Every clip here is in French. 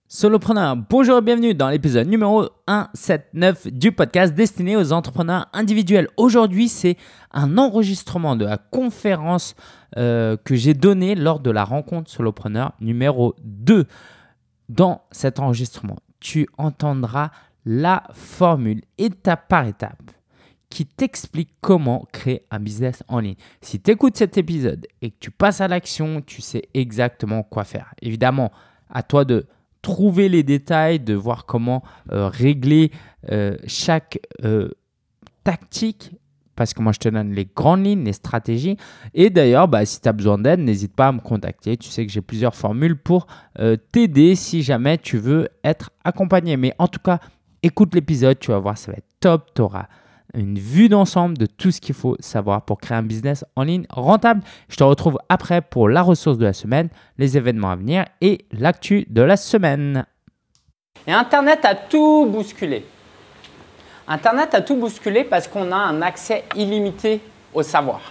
Solopreneur, bonjour et bienvenue dans l'épisode numéro 179 du podcast destiné aux entrepreneurs individuels. Aujourd'hui, c'est un enregistrement de la conférence que j'ai donnée lors de la rencontre Solopreneur numéro 2. Dans cet enregistrement, tu entendras la formule étape par étape qui t'explique comment créer un business en ligne. Si tu écoutes cet épisode et que tu passes à l'action, tu sais exactement quoi faire. Évidemment, à toi de trouver les détails, de voir comment régler chaque tactique, parce que moi, je te donne les grandes lignes, les stratégies. Et d'ailleurs, si tu as besoin d'aide, n'hésite pas à me contacter. Tu sais que j'ai plusieurs formules pour t'aider si jamais tu veux être accompagné. Mais en tout cas, écoute l'épisode, tu vas voir, ça va être top. Tu auras une vue d'ensemble de tout ce qu'il faut savoir pour créer un business en ligne rentable. Je te retrouve après pour la ressource de la semaine, les événements à venir et l'actu de la semaine. Et Internet a tout bousculé. Internet a tout bousculé parce qu'on a un accès illimité au savoir.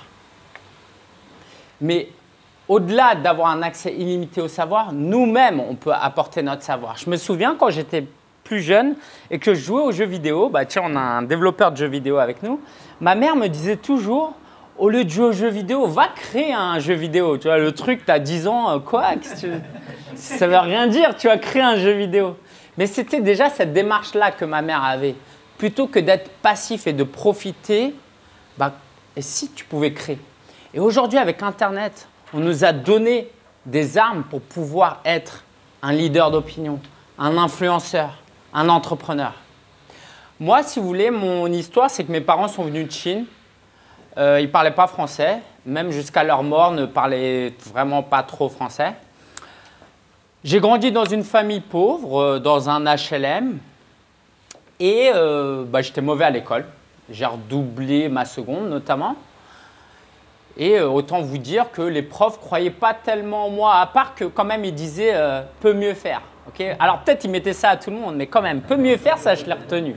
Mais au-delà d'avoir un accès illimité au savoir, nous-mêmes, on peut apporter notre savoir. Je me souviens quand j'étais plus jeune et que je jouais aux jeux vidéo, on a un développeur de jeux vidéo avec nous, ma mère me disait toujours, au lieu de jouer aux jeux vidéo, va créer un jeu vidéo. Tu vois, le truc, tu as 10 ans, quoi ça ne veut rien dire, tu vas créer un jeu vidéo. Mais c'était déjà cette démarche-là que ma mère avait. Plutôt que d'être passif et de profiter, et si tu pouvais créer. Et aujourd'hui, avec Internet, on nous a donné des armes pour pouvoir être un leader d'opinion, un influenceur, un entrepreneur. Moi, si vous voulez, mon histoire, c'est que mes parents sont venus de Chine. Ils ne parlaient pas français. Même jusqu'à leur mort, ne parlaient vraiment pas trop français. J'ai grandi dans une famille pauvre, dans un HLM. Et j'étais mauvais à l'école. J'ai redoublé ma seconde, notamment. Et autant vous dire que les profs ne croyaient pas tellement en moi, à part que quand même, ils disaient « peut mieux faire ». Okay. Alors peut-être ils mettaient ça à tout le monde, mais quand même, peut mieux faire, ça je l'ai retenu.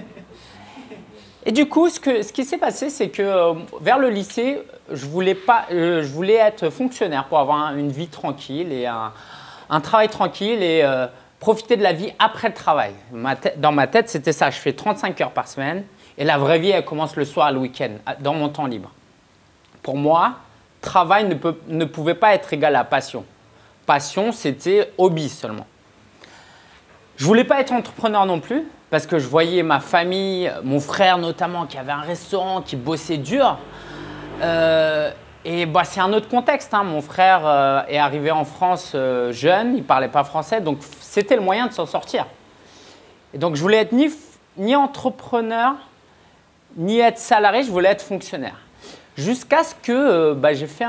Et du coup, ce qui s'est passé, c'est que vers le lycée, je voulais être fonctionnaire pour avoir une vie tranquille et un travail tranquille et profiter de la vie après le travail. Dans ma tête, c'était ça, je fais 35 heures par semaine et la vraie vie, elle commence le soir, le week-end, dans mon temps libre. Pour moi, travail ne pouvait pas être égal à passion. Passion, c'était hobby seulement. Je ne voulais pas être entrepreneur non plus parce que je voyais ma famille, mon frère notamment, qui avait un restaurant, qui bossait dur. C'est un autre contexte. Mon frère est arrivé en France jeune, il ne parlait pas français, donc c'était le moyen de s'en sortir. Et donc je voulais être ni entrepreneur, ni être salarié, je voulais être fonctionnaire. Jusqu'à ce que j'ai fait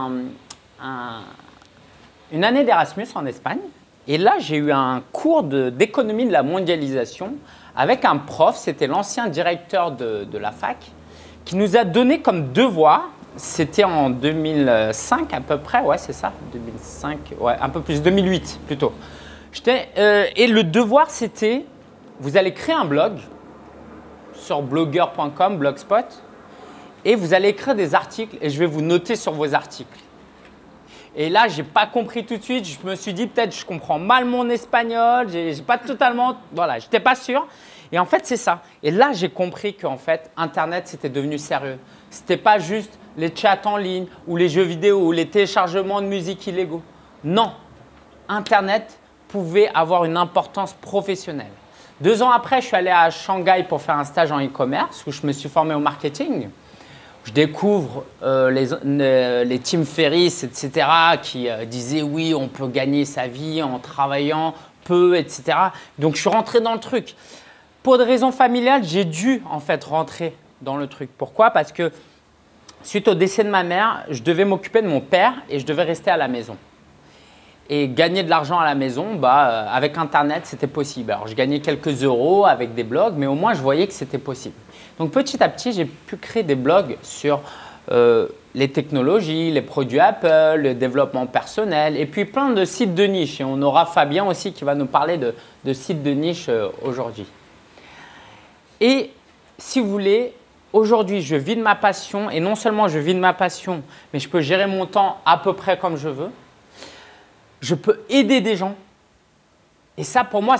une année d'Erasmus en Espagne. Et là, j'ai eu un cours d'économie de la mondialisation avec un prof, c'était l'ancien directeur de la fac, qui nous a donné comme devoir, c'était en 2005 à peu près, ouais c'est ça, 2005, ouais un peu plus, 2008 plutôt. Et le devoir c'était, vous allez créer un blog sur blogueur.com, Blogspot, et vous allez écrire des articles et je vais vous noter sur vos articles. Et là, je n'ai pas compris tout de suite. Je me suis dit, peut-être je comprends mal mon espagnol. J'ai pas totalement… Voilà, je n'étais pas sûr. Et en fait, c'est ça. Et là, j'ai compris qu'en fait, Internet, c'était devenu sérieux. Ce n'était pas juste les chats en ligne ou les jeux vidéo ou les téléchargements de musique illégaux. Non, Internet pouvait avoir une importance professionnelle. 2 ans après, je suis allé à Shanghai pour faire un stage en e-commerce où je me suis formé au marketing. Je découvre les Tim Ferriss, etc., qui disaient oui, on peut gagner sa vie en travaillant peu, etc. Donc, je suis rentré dans le truc. Pour des raisons familiales, j'ai dû en fait rentrer dans le truc. Pourquoi ? Parce que suite au décès de ma mère, je devais m'occuper de mon père et je devais rester à la maison. Et gagner de l'argent à la maison, avec Internet, c'était possible. Alors, je gagnais quelques euros avec des blogs, mais au moins, je voyais que c'était possible. Donc, petit à petit, j'ai pu créer des blogs sur les technologies, les produits Apple, le développement personnel et puis plein de sites de niche. Et on aura Fabien aussi qui va nous parler de sites de niche aujourd'hui. Et si vous voulez, aujourd'hui, je vis de ma passion et non seulement je vis de ma passion, mais je peux gérer mon temps à peu près comme je veux. Je peux aider des gens Et ça, pour moi,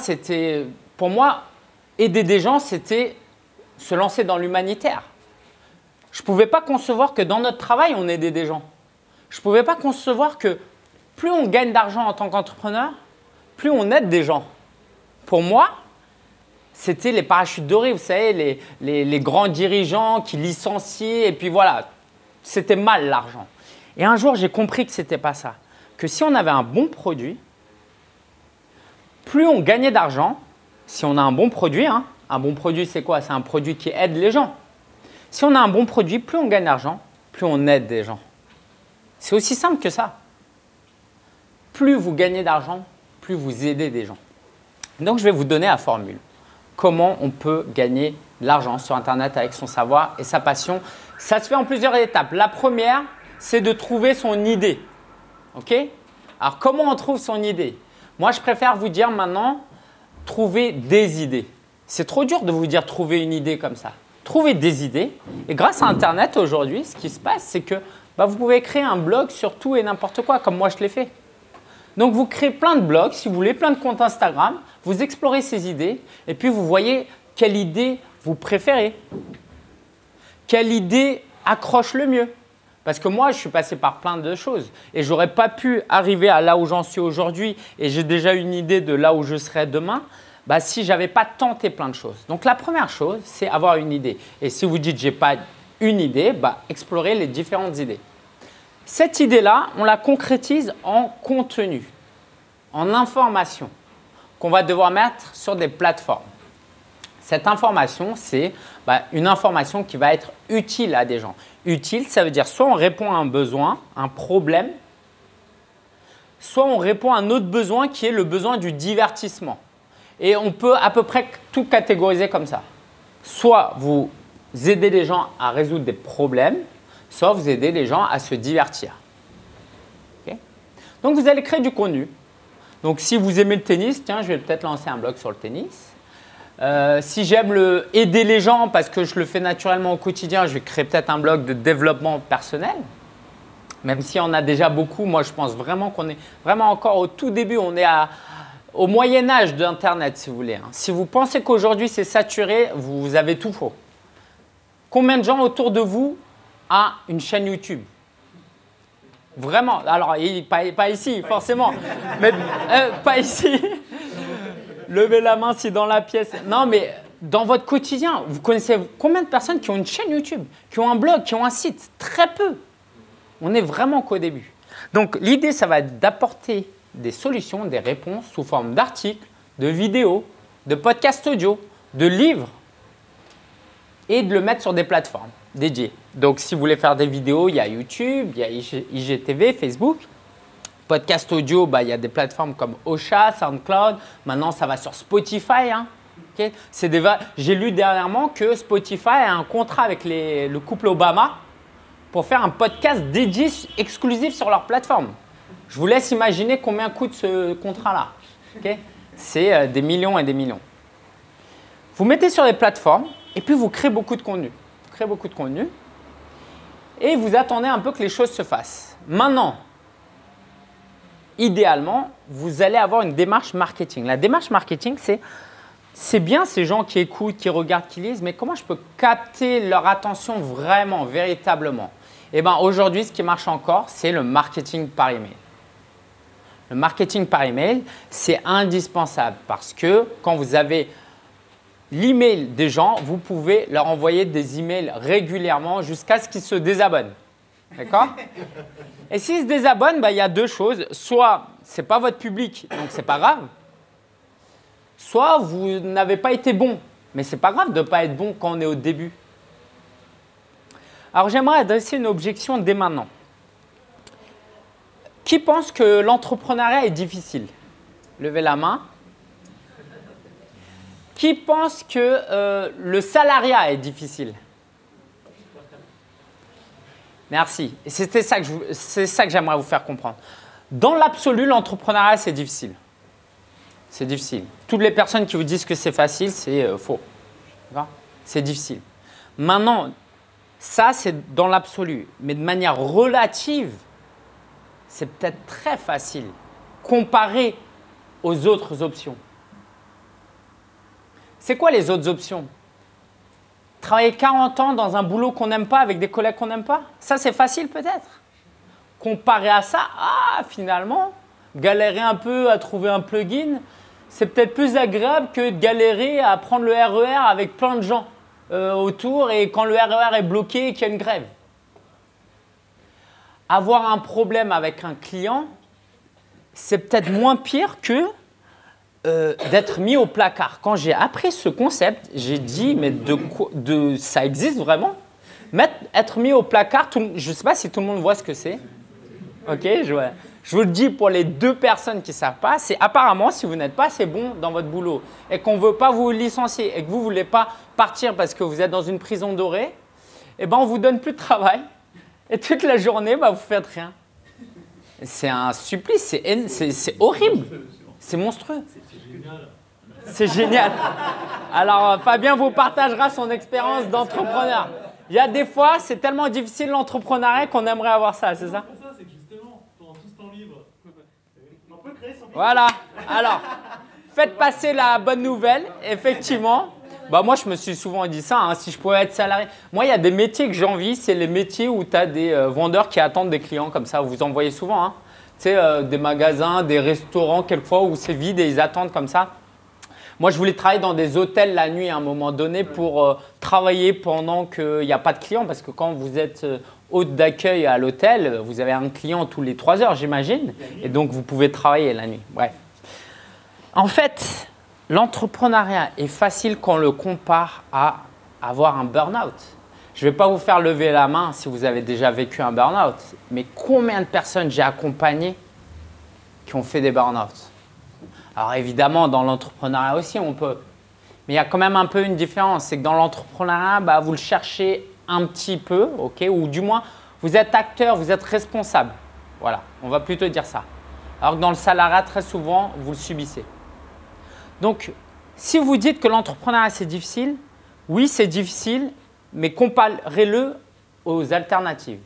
aider des gens, c'était se lancer dans l'humanitaire. Je ne pouvais pas concevoir que dans notre travail, on aidait des gens. Je ne pouvais pas concevoir que plus on gagne d'argent en tant qu'entrepreneur, plus on aide des gens. Pour moi, c'était les parachutes dorés, vous savez, les grands dirigeants qui licenciaient, et puis voilà, c'était mal l'argent. Et un jour, j'ai compris que ce n'était pas ça. Que si on avait un bon produit, plus on gagnait d'argent, si on a un bon produit, hein, un bon produit c'est quoi? C'est un produit qui aide les gens. Si on a un bon produit, plus on gagne d'argent, plus on aide des gens. C'est aussi simple que ça. Plus vous gagnez d'argent, plus vous aidez des gens. Donc, je vais vous donner la formule. Comment on peut gagner de l'argent sur Internet avec son savoir et sa passion. Ça se fait en plusieurs étapes. La première, c'est de trouver son idée. OK? Alors, comment on trouve son idée? Moi, je préfère vous dire maintenant, trouver des idées. C'est trop dur de vous dire trouver une idée comme ça. Trouvez des idées. Et grâce à Internet aujourd'hui, ce qui se passe, c'est que vous pouvez créer un blog sur tout et n'importe quoi, comme moi je l'ai fait. Donc, vous créez plein de blogs, si vous voulez, plein de comptes Instagram. Vous explorez ces idées et puis vous voyez quelle idée vous préférez. Quelle idée accroche le mieux. Parce que moi, je suis passé par plein de choses et je n'aurais pas pu arriver à là où j'en suis aujourd'hui et j'ai déjà une idée de là où je serai demain si je n'avais pas tenté plein de choses. Donc, la première chose, c'est avoir une idée. Et si vous dites « je n'ai pas une idée », explorez les différentes idées. Cette idée-là, on la concrétise en contenu, en information qu'on va devoir mettre sur des plateformes. Cette information, c'est une information qui va être utile à des gens. Utile, ça veut dire soit on répond à un besoin, un problème, soit on répond à un autre besoin qui est le besoin du divertissement. Et on peut à peu près tout catégoriser comme ça. Soit vous aidez les gens à résoudre des problèmes, soit vous aidez les gens à se divertir. Okay? Donc, vous allez créer du contenu. Donc, si vous aimez le tennis, tiens, je vais peut-être lancer un blog sur le tennis. Si j'aime aider les gens parce que je le fais naturellement au quotidien, je vais créer peut-être un blog de développement personnel. Même si on a déjà beaucoup, moi, je pense vraiment qu'on est vraiment encore au tout début. On est au Moyen-Âge d'Internet, si vous voulez. Si vous pensez qu'aujourd'hui, c'est saturé, vous avez tout faux. Combien de gens autour de vous a une chaîne YouTube? Vraiment. Alors, pas ici, forcément. Mais pas ici. Levez la main si dans la pièce. Non, mais dans votre quotidien, vous connaissez combien de personnes qui ont une chaîne YouTube, qui ont un blog, qui ont un site? Très peu. On est vraiment qu'au début. Donc, l'idée, ça va être d'apporter des solutions, des réponses sous forme d'articles, de vidéos, de podcasts audio, de livres et de le mettre sur des plateformes dédiées. Donc, si vous voulez faire des vidéos, il y a YouTube, il y a IGTV, Facebook. Podcast audio, il y a des plateformes comme Ocha, SoundCloud. Maintenant, ça va sur Spotify. Okay? J'ai lu dernièrement que Spotify a un contrat avec le couple Obama pour faire un podcast dédié exclusif sur leur plateforme. Je vous laisse imaginer combien coûte ce contrat-là. Okay? C'est des millions et des millions. Vous mettez sur les plateformes et puis vous créez beaucoup de contenu. Et vous attendez un peu que les choses se fassent. Maintenant, idéalement, vous allez avoir une démarche marketing. La démarche marketing, c'est bien ces gens qui écoutent, qui regardent, qui lisent, mais comment je peux capter leur attention vraiment, véritablement? Aujourd'hui, ce qui marche encore, c'est le marketing par email. Le marketing par email, c'est indispensable parce que quand vous avez l'email des gens, vous pouvez leur envoyer des emails régulièrement jusqu'à ce qu'ils se désabonnent. D'accord? Et s'ils se désabonnent, il y a deux choses. Soit ce n'est pas votre public, donc ce n'est pas grave. Soit vous n'avez pas été bon, mais ce n'est pas grave de ne pas être bon quand on est au début. Alors, j'aimerais adresser une objection dès maintenant. Qui pense que l'entrepreneuriat est difficile? Levez la main. Qui pense que le salariat est difficile? Merci. Et c'est ça que j'aimerais vous faire comprendre. Dans l'absolu, l'entrepreneuriat, c'est difficile. C'est difficile. Toutes les personnes qui vous disent que c'est facile, c'est faux. C'est difficile. Maintenant, ça, c'est dans l'absolu. Mais de manière relative, c'est peut-être très facile comparé aux autres options. C'est quoi les autres options? Travailler 40 ans dans un boulot qu'on n'aime pas avec des collègues qu'on n'aime pas? Ça, c'est facile peut-être. Comparé à ça, finalement, galérer un peu à trouver un plugin, c'est peut-être plus agréable que de galérer à prendre le RER avec plein de gens autour et quand le RER est bloqué et qu'il y a une grève. Avoir un problème avec un client, c'est peut-être moins pire que d'être mis au placard. Quand j'ai appris ce concept, j'ai dit, mais ça existe vraiment? Être mis au placard, je ne sais pas si tout le monde voit ce que c'est. Ok, je vous le dis pour les 2 personnes qui ne savent pas, c'est apparemment si vous n'êtes pas assez bon dans votre boulot et qu'on ne veut pas vous licencier et que vous ne voulez pas partir parce que vous êtes dans une prison dorée, eh ben on ne vous donne plus de travail et toute la journée, vous ne faites rien. C'est un supplice, c'est horrible, c'est monstrueux. C'est génial. Alors, Fabien vous partagera son expérience d'entrepreneur. Il y a des fois, c'est tellement difficile l'entrepreneuriat qu'on aimerait avoir ça, c'est ça? C'est que justement, pendant tout ce temps libre, on peut créer son business. Voilà. Alors, faites passer la bonne nouvelle, effectivement. Moi, je me suis souvent dit ça, si je pouvais être salarié. Moi, il y a des métiers que j'envie, c'est les métiers où tu as des vendeurs qui attendent des clients comme ça. Vous en voyez souvent, Tu sais, des magasins, des restaurants, quelquefois où c'est vide et ils attendent comme ça. Moi, je voulais travailler dans des hôtels la nuit à un moment donné pour travailler pendant qu'il n'y a pas de clients. Parce que quand vous êtes hôte d'accueil à l'hôtel, vous avez un client tous les 3 heures, j'imagine. Et donc, vous pouvez travailler la nuit. Bref. En fait, l'entrepreneuriat est facile quand on le compare à avoir un burn-out. Je ne vais pas vous faire lever la main si vous avez déjà vécu un burn-out. Mais combien de personnes j'ai accompagnées qui ont fait des burn-out? Alors évidemment, dans l'entrepreneuriat aussi, on peut. Mais il y a quand même un peu une différence. C'est que dans l'entrepreneuriat, vous le cherchez un petit peu, ou du moins, vous êtes acteur, vous êtes responsable. Voilà, on va plutôt dire ça. Alors que dans le salariat, très souvent, vous le subissez. Donc, si vous dites que l'entrepreneuriat, c'est difficile, oui, c'est difficile, mais comparez-le aux alternatives.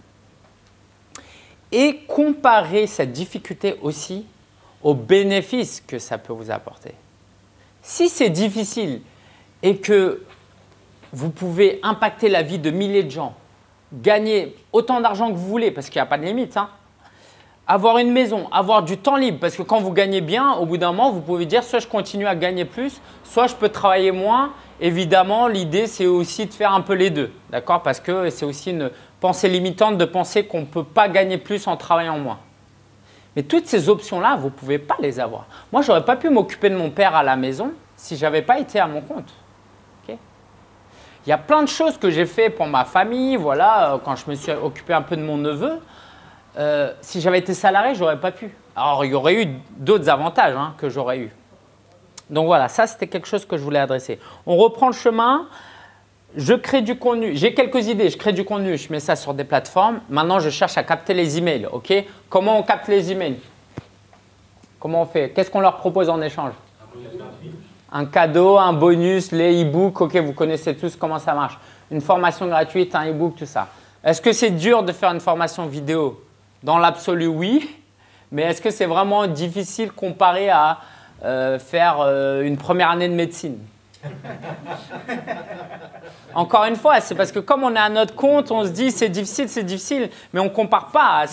Et comparez cette difficulté aussi aux bénéfices que ça peut vous apporter. Si c'est difficile et que vous pouvez impacter la vie de milliers de gens, gagner autant d'argent que vous voulez, parce qu'il n'y a pas de limite, avoir une maison, avoir du temps libre, parce que quand vous gagnez bien, au bout d'un moment, vous pouvez dire soit je continue à gagner plus, soit je peux travailler moins. Évidemment, l'idée, c'est aussi de faire un peu les deux, d'accord? Parce que c'est aussi une pensée limitante de penser qu'on ne peut pas gagner plus en travaillant moins. Mais toutes ces options-là, vous ne pouvez pas les avoir. Moi, je n'aurais pas pu m'occuper de mon père à la maison si je n'avais pas été à mon compte. Okay? Il y a plein de choses que j'ai fait pour ma famille. Voilà, quand je me suis occupé un peu de mon neveu, si j'avais été salarié, je n'aurais pas pu. Alors, il y aurait eu d'autres avantages que j'aurais eu. Donc voilà, ça, c'était quelque chose que je voulais adresser. On reprend le chemin. Je crée du contenu. J'ai quelques idées. Je crée du contenu. Je mets ça sur des plateformes. Maintenant, je cherche à capter les emails. Okay? Comment on capte les emails? Comment on fait? Qu'est-ce qu'on leur propose en échange? Un cadeau, un bonus, les e-books. Ok, vous connaissez tous comment ça marche. Une formation gratuite, un e-book, tout ça. Est-ce que c'est dur de faire une formation vidéo? Dans l'absolu, oui. Mais est-ce que c'est vraiment difficile comparé à faire une première année de médecine? Encore une fois, c'est parce que comme on est à notre compte, on se dit c'est difficile, mais on ne compare pas à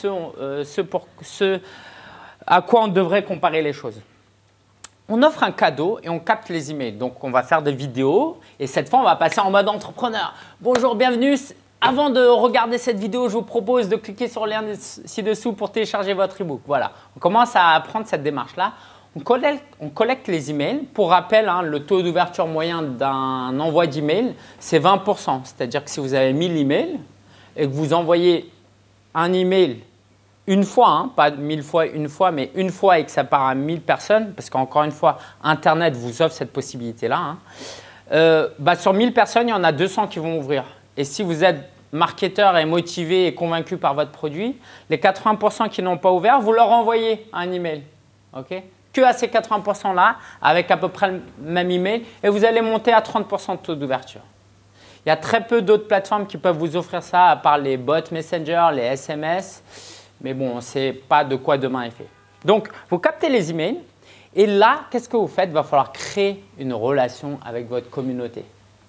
ce à quoi on devrait comparer les choses. On offre un cadeau et on capte les emails. Donc, on va faire des vidéos et cette fois, on va passer en mode entrepreneur. Bonjour, bienvenue. Avant de regarder cette vidéo, je vous propose de cliquer sur le lien ci-dessous pour télécharger votre e-book. Voilà, on commence à apprendre cette démarche-là. On collecte les emails. Pour rappel, le taux d'ouverture moyen d'un envoi d'email, c'est 20%. C'est-à-dire que si vous avez 1000 emails et que vous envoyez un email une fois, pas 1000 fois, une fois, mais une fois et que ça part à 1000 personnes, parce qu'encore une fois, Internet vous offre cette possibilité-là, sur 1000 personnes, il y en a 200 qui vont ouvrir. Et si vous êtes marketeur et motivé et convaincu par votre produit, les 80% qui n'ont pas ouvert, vous leur envoyez un email. Okay? Que à ces 80%-là, avec à peu près le même email, et vous allez monter à 30% de taux d'ouverture. Il y a très peu d'autres plateformes qui peuvent vous offrir ça, à part les bots Messenger, les SMS. Mais bon, ce n'est pas de quoi demain est fait. Donc, vous captez les emails Et là, qu'est-ce que vous faites? Il va falloir créer une relation avec votre communauté.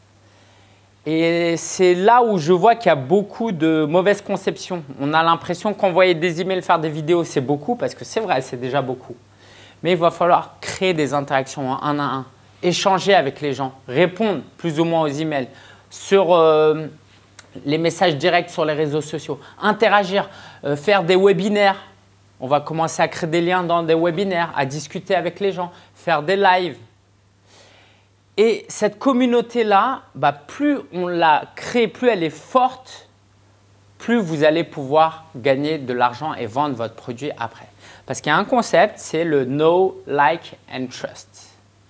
Et c'est là où je vois qu'il y a beaucoup de mauvaises conceptions. On a l'impression qu'envoyer des emails, faire des vidéos, c'est beaucoup, parce que c'est vrai, c'est déjà beaucoup. Mais il va falloir créer des interactions un à un, échanger avec les gens, répondre plus ou moins aux emails, sur les messages directs sur les réseaux sociaux, interagir, faire des webinaires. On va commencer à créer des liens dans des webinaires, à discuter avec les gens, faire des lives. Et cette communauté-là, plus on la crée, plus elle est forte, plus vous allez pouvoir gagner de l'argent et vendre votre produit après. Parce qu'il y a un concept, c'est le Know, Like and Trust.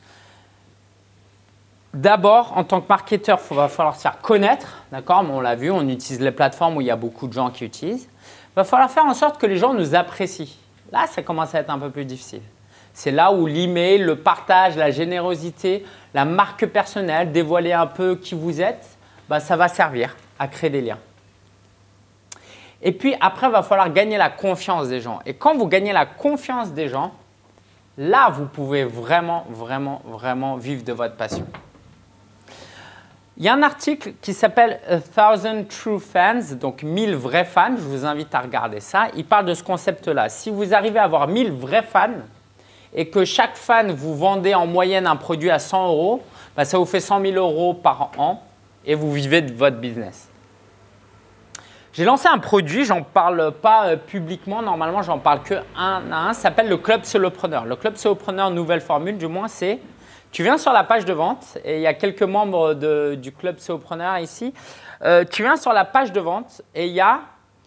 D'abord, en tant que marketeur, il va falloir se faire connaître. D'accord? On l'a vu, on utilise les plateformes où il y a beaucoup de gens qui utilisent. Il va falloir faire en sorte que les gens nous apprécient. Là, ça commence à être un peu plus difficile. C'est là où l'email, le partage, la générosité, la marque personnelle, dévoiler un peu qui vous êtes, ça va servir à créer des liens. Et puis après, il va falloir gagner la confiance des gens. Et quand vous gagnez la confiance des gens, là, vous pouvez vraiment, vraiment, vraiment vivre de votre passion. Il y a un article qui s'appelle « 1000 True Fans », donc 1000 vrais fans. Je vous invite à regarder ça. Il parle de ce concept-là. Si vous arrivez à avoir 1000 vrais fans et que chaque fan, vous vendez en moyenne un produit à 100 €, ça vous fait 100 000 € par an et vous vivez de votre business. J'ai lancé un produit, j'en parle pas publiquement, normalement j'en parle que un à un, ça s'appelle le Club Solopreneur. Le Club Solopreneur, nouvelle formule du moins, c'est tu viens sur la page de vente et il y a quelques membres du Club Solopreneur ici. Tu viens sur la page de vente et il y a,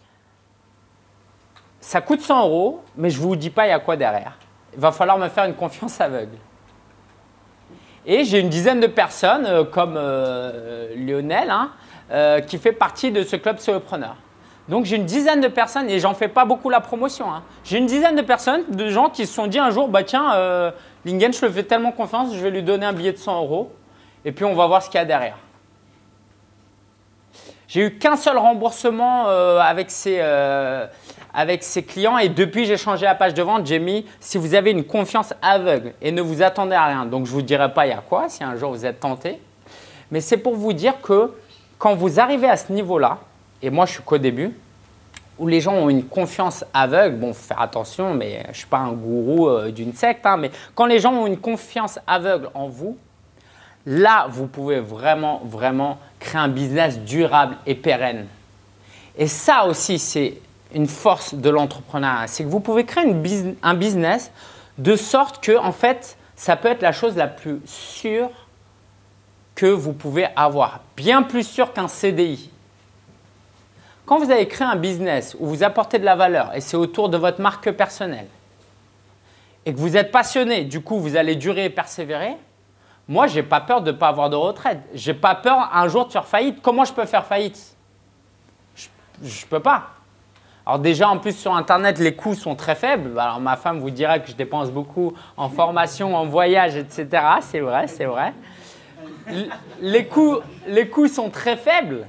ça coûte 100 €, mais je ne vous dis pas il y a quoi derrière. Il va falloir me faire une confiance aveugle. Et j'ai une dizaine de personnes comme Lionel qui fait partie de ce Club Solopreneur. Donc, j'ai une dizaine de personnes et j'en fais pas beaucoup la promotion. J'ai une dizaine de personnes, de gens qui se sont dit un jour, tiens, Lingen, je le fais tellement confiance, je vais lui donner un billet de 100 € et puis on va voir ce qu'il y a derrière. J'ai eu qu'un seul remboursement avec ces clients et depuis, j'ai changé la page de vente. J'ai mis « Si vous avez une confiance aveugle et ne vous attendez à rien ». Donc, je ne vous dirai pas il y a quoi si un jour vous êtes tenté. Mais c'est pour vous dire que quand vous arrivez à ce niveau-là, et moi, je suis qu'au début, où les gens ont une confiance aveugle, bon, il faut faire attention, mais je ne suis pas un gourou d'une secte, mais quand les gens ont une confiance aveugle en vous, là, vous pouvez vraiment, vraiment créer un business durable et pérenne. Et ça aussi, c'est une force de l'entrepreneuriat. C'est que vous pouvez créer un business de sorte que, en fait, ça peut être la chose la plus sûre que vous pouvez avoir. Bien plus sûre qu'un CDI. Quand vous avez créé un business où vous apportez de la valeur et c'est autour de votre marque personnelle et que vous êtes passionné, du coup, vous allez durer et persévérer, moi, je n'ai pas peur de ne pas avoir de retraite. Je n'ai pas peur un jour de faire faillite. Comment je peux faire faillite? Je ne peux pas. Alors déjà, en plus, sur Internet, les coûts sont très faibles. Alors ma femme vous dira que je dépense beaucoup en formation, en voyage, etc. C'est vrai, c'est vrai. Les coûts sont très faibles.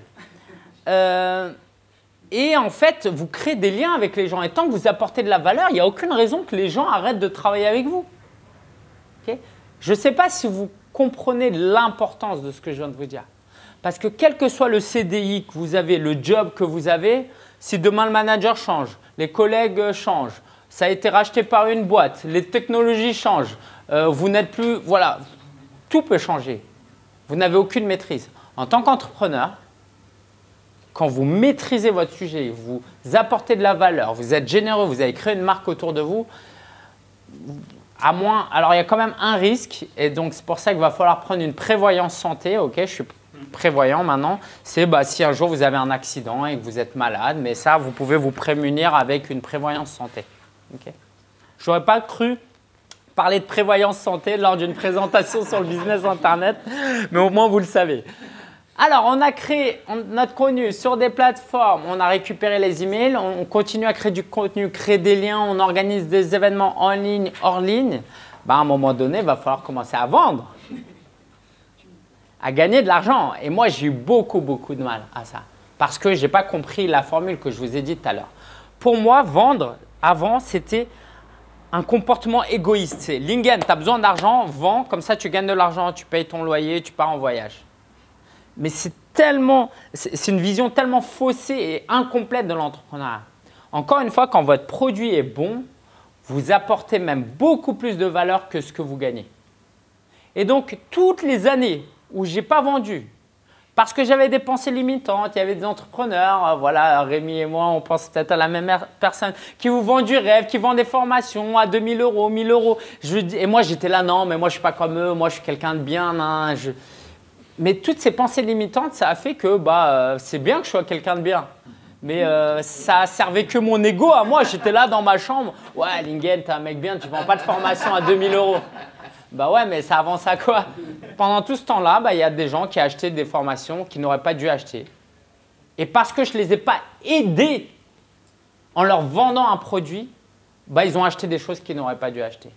Et en fait, vous créez des liens avec les gens. Et tant que vous apportez de la valeur, il n'y a aucune raison que les gens arrêtent de travailler avec vous. Okay? Je ne sais pas si vous comprenez l'importance de ce que je viens de vous dire. Parce que quel que soit le CDI que vous avez, le job que vous avez, si demain le manager change, les collègues changent, ça a été racheté par une boîte, les technologies changent, vous n'êtes plus… Voilà, tout peut changer. Vous n'avez aucune maîtrise. En tant qu'entrepreneur, quand vous maîtrisez votre sujet, vous apportez de la valeur, vous êtes généreux, vous avez créé une marque autour de vous, à moins… Alors, il y a quand même un risque et donc c'est pour ça qu'il va falloir prendre une prévoyance santé. Ok, je suis prévoyant maintenant. C'est si un jour vous avez un accident et que vous êtes malade, mais ça, vous pouvez vous prémunir avec une prévoyance santé. Okay. Je n'aurais pas cru parler de prévoyance santé lors d'une présentation sur le business Internet, mais au moins vous le savez. Alors, on a créé notre contenu sur des plateformes, on a récupéré les emails, on continue à créer du contenu, créer des liens, on organise des événements en ligne, hors ligne. À un moment donné, il va falloir commencer à vendre, à gagner de l'argent. Et moi, j'ai eu beaucoup de mal à ça parce que je n'ai pas compris la formule que je vous ai dit tout à l'heure. Pour moi, vendre, avant, c'était un comportement égoïste. C'est Lingen, tu as besoin d'argent, vends, comme ça tu gagnes de l'argent, tu payes ton loyer, tu pars en voyage. Mais c'est une vision tellement faussée et incomplète de l'entrepreneuriat. Encore une fois, quand votre produit est bon, vous apportez même beaucoup plus de valeur que ce que vous gagnez. Et donc, toutes les années où je n'ai pas vendu, parce que j'avais des pensées limitantes, il y avait des entrepreneurs, voilà, Rémi et moi, on pense peut-être à la même personne, qui vous vendent du rêve, qui vendent des formations à 2000 euros, 1000 euros. Et moi, j'étais là, non, mais moi, je ne suis pas comme eux, moi, je suis quelqu'un de bien. Mais toutes ces pensées limitantes, ça a fait que c'est bien que je sois quelqu'un de bien. Mais ça a servi que mon ego à moi. J'étais là dans ma chambre. Ouais, Lingen, t'es un mec bien, tu ne vends pas de formation à 2000 euros. Bah ouais, mais ça avance à quoi? Pendant tout ce temps-là, il y a des gens qui achetaient des formations qu'ils n'auraient pas dû acheter. Et parce que je ne les ai pas aidés en leur vendant un produit, ils ont acheté des choses qu'ils n'auraient pas dû acheter.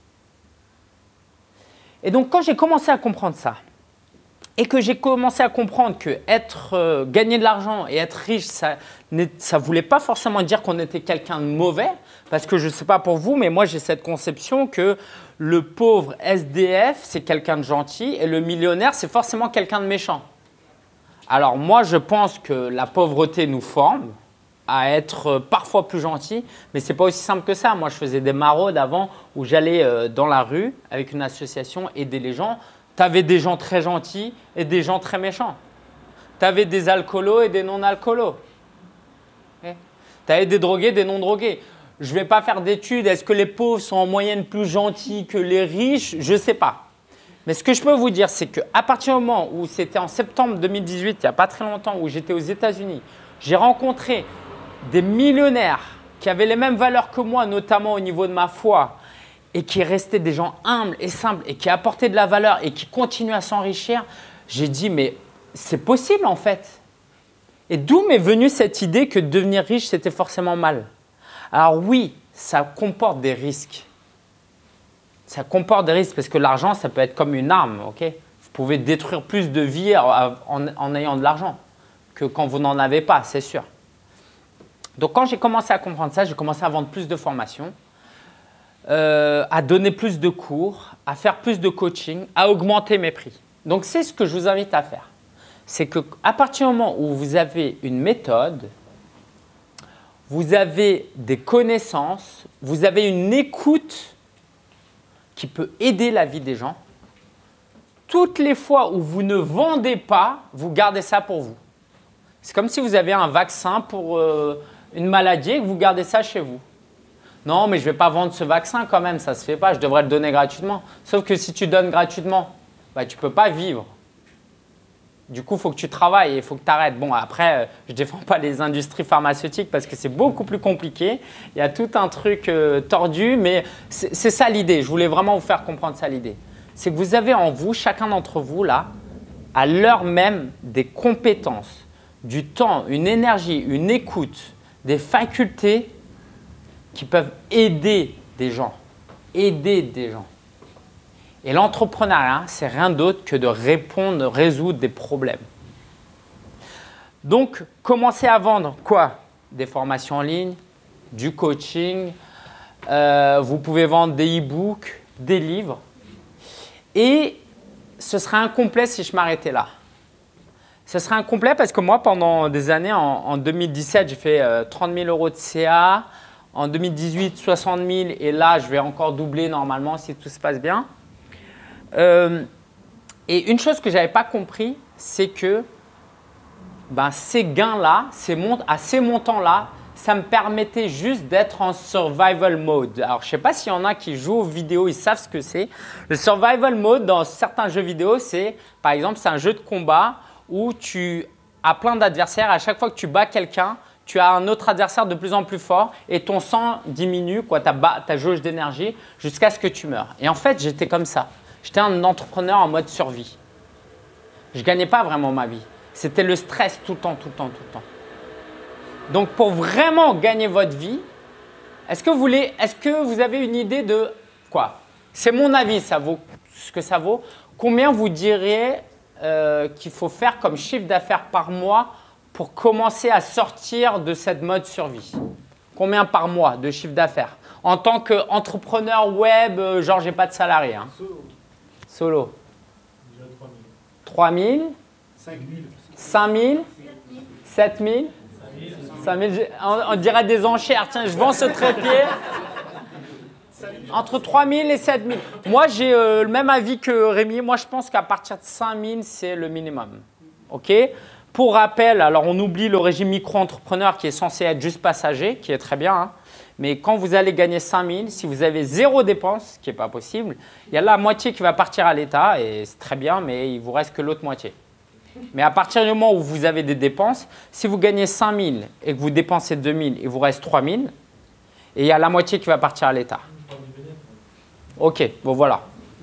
Et donc, quand j'ai commencé à comprendre ça, et que j'ai commencé à comprendre que gagner de l'argent et être riche, ça ne voulait pas forcément dire qu'on était quelqu'un de mauvais, parce que je ne sais pas pour vous, mais moi j'ai cette conception que le pauvre SDF, c'est quelqu'un de gentil et le millionnaire, c'est forcément quelqu'un de méchant. Alors moi, je pense que la pauvreté nous forme à être parfois plus gentils, mais ce n'est pas aussi simple que ça. Moi, je faisais des maraudes avant où j'allais dans la rue avec une association aider les gens. Tu avais des gens très gentils et des gens très méchants. Tu avais des alcoolos et des non-alcoolos. Tu avais des drogués, des non-drogués. Je ne vais pas faire d'études. Est-ce que les pauvres sont en moyenne plus gentils que les riches? Je ne sais pas. Mais ce que je peux vous dire, c'est qu'à partir du moment où c'était en septembre 2018, il n'y a pas très longtemps, où j'étais aux États-Unis, j'ai rencontré des millionnaires qui avaient les mêmes valeurs que moi, notamment au niveau de ma foi, et qui restaient des gens humbles et simples et qui apportaient de la valeur et qui continuent à s'enrichir, j'ai dit, mais c'est possible en fait. Et d'où m'est venue cette idée que devenir riche, c'était forcément mal? Alors oui, ça comporte des risques. Ça comporte des risques parce que l'argent, ça peut être comme une arme. Okay, vous pouvez détruire plus de vies en ayant de l'argent que quand vous n'en avez pas, c'est sûr. Donc quand j'ai commencé à comprendre ça, j'ai commencé à vendre plus de formations. À donner plus de cours, à faire plus de coaching, à augmenter mes prix. Donc, c'est ce que je vous invite à faire. C'est qu'à partir du moment où vous avez une méthode, vous avez des connaissances, vous avez une écoute qui peut aider la vie des gens, toutes les fois où vous ne vendez pas, vous gardez ça pour vous. C'est comme si vous avez un vaccin pour une maladie et que vous gardez ça chez vous. Non, mais je ne vais pas vendre ce vaccin quand même, ça ne se fait pas, je devrais le donner gratuitement. Sauf que si tu donnes gratuitement, tu ne peux pas vivre. Du coup, il faut que tu travailles et il faut que tu arrêtes. Bon, après, je ne défends pas les industries pharmaceutiques parce que c'est beaucoup plus compliqué. Il y a tout un truc tordu, mais c'est ça l'idée. Je voulais vraiment vous faire comprendre ça l'idée. C'est que vous avez en vous, chacun d'entre vous, là, à l'heure même, des compétences, du temps, une énergie, une écoute, des facultés qui peuvent aider des gens. Aider des gens. Et l'entrepreneuriat, c'est rien d'autre que de répondre, de résoudre des problèmes. Donc, commencez à vendre quoi? Des formations en ligne, du coaching, vous pouvez vendre des e-books, des livres. Et ce serait incomplet si je m'arrêtais là. Ce serait incomplet parce que moi, pendant des années, en 2017, j'ai fait 30 000 euros de CA. En 2018, 60 000 et là, je vais encore doubler normalement si tout se passe bien. Et une chose que je n'avais pas compris, c'est que ces gains-là, à ces montants-là, ça me permettait juste d'être en survival mode. Alors, je ne sais pas s'il y en a qui jouent aux vidéos, ils savent ce que c'est. Le survival mode, dans certains jeux vidéo, par exemple, c'est un jeu de combat où tu as plein d'adversaires. À chaque fois que tu bats quelqu'un, tu as un autre adversaire de plus en plus fort et ton sang diminue, ta jauge d'énergie, jusqu'à ce que tu meurs. Et en fait, j'étais comme ça. J'étais un entrepreneur en mode survie. Je ne gagnais pas vraiment ma vie. C'était le stress tout le temps. Donc, pour vraiment gagner votre vie, est-ce que vous avez une idée de quoi? C'est mon avis, ça vaut ce que ça vaut. Combien vous diriez qu'il faut faire comme chiffre d'affaires par mois pour commencer à sortir de cette mode survie? Combien par mois de chiffre d'affaires? En tant qu'entrepreneur web, genre, j'ai pas de salarié. Hein. Solo. Déjà 3 000. 5 000. 5 000. 7 000. 5 000. On dirait des enchères. Tiens, je vends ce trépied. Entre 3 000 et 7 000. Moi, j'ai le même avis que Rémi. Moi, je pense qu'à partir de 5 000, c'est le minimum. OK ? Pour rappel, alors on oublie le régime micro-entrepreneur qui est censé être juste passager, qui est très bien. Hein. Mais quand vous allez gagner 5 000, si vous avez 0 dépense, ce qui n'est pas possible, il y a la moitié qui va partir à l'État et c'est très bien, mais il ne vous reste que l'autre moitié. Mais à partir du moment où vous avez des dépenses, si vous gagnez 5 000 et que vous dépensez 2 000, il vous reste 3 000 et il y a la moitié qui va partir à l'État. OK, bon voilà.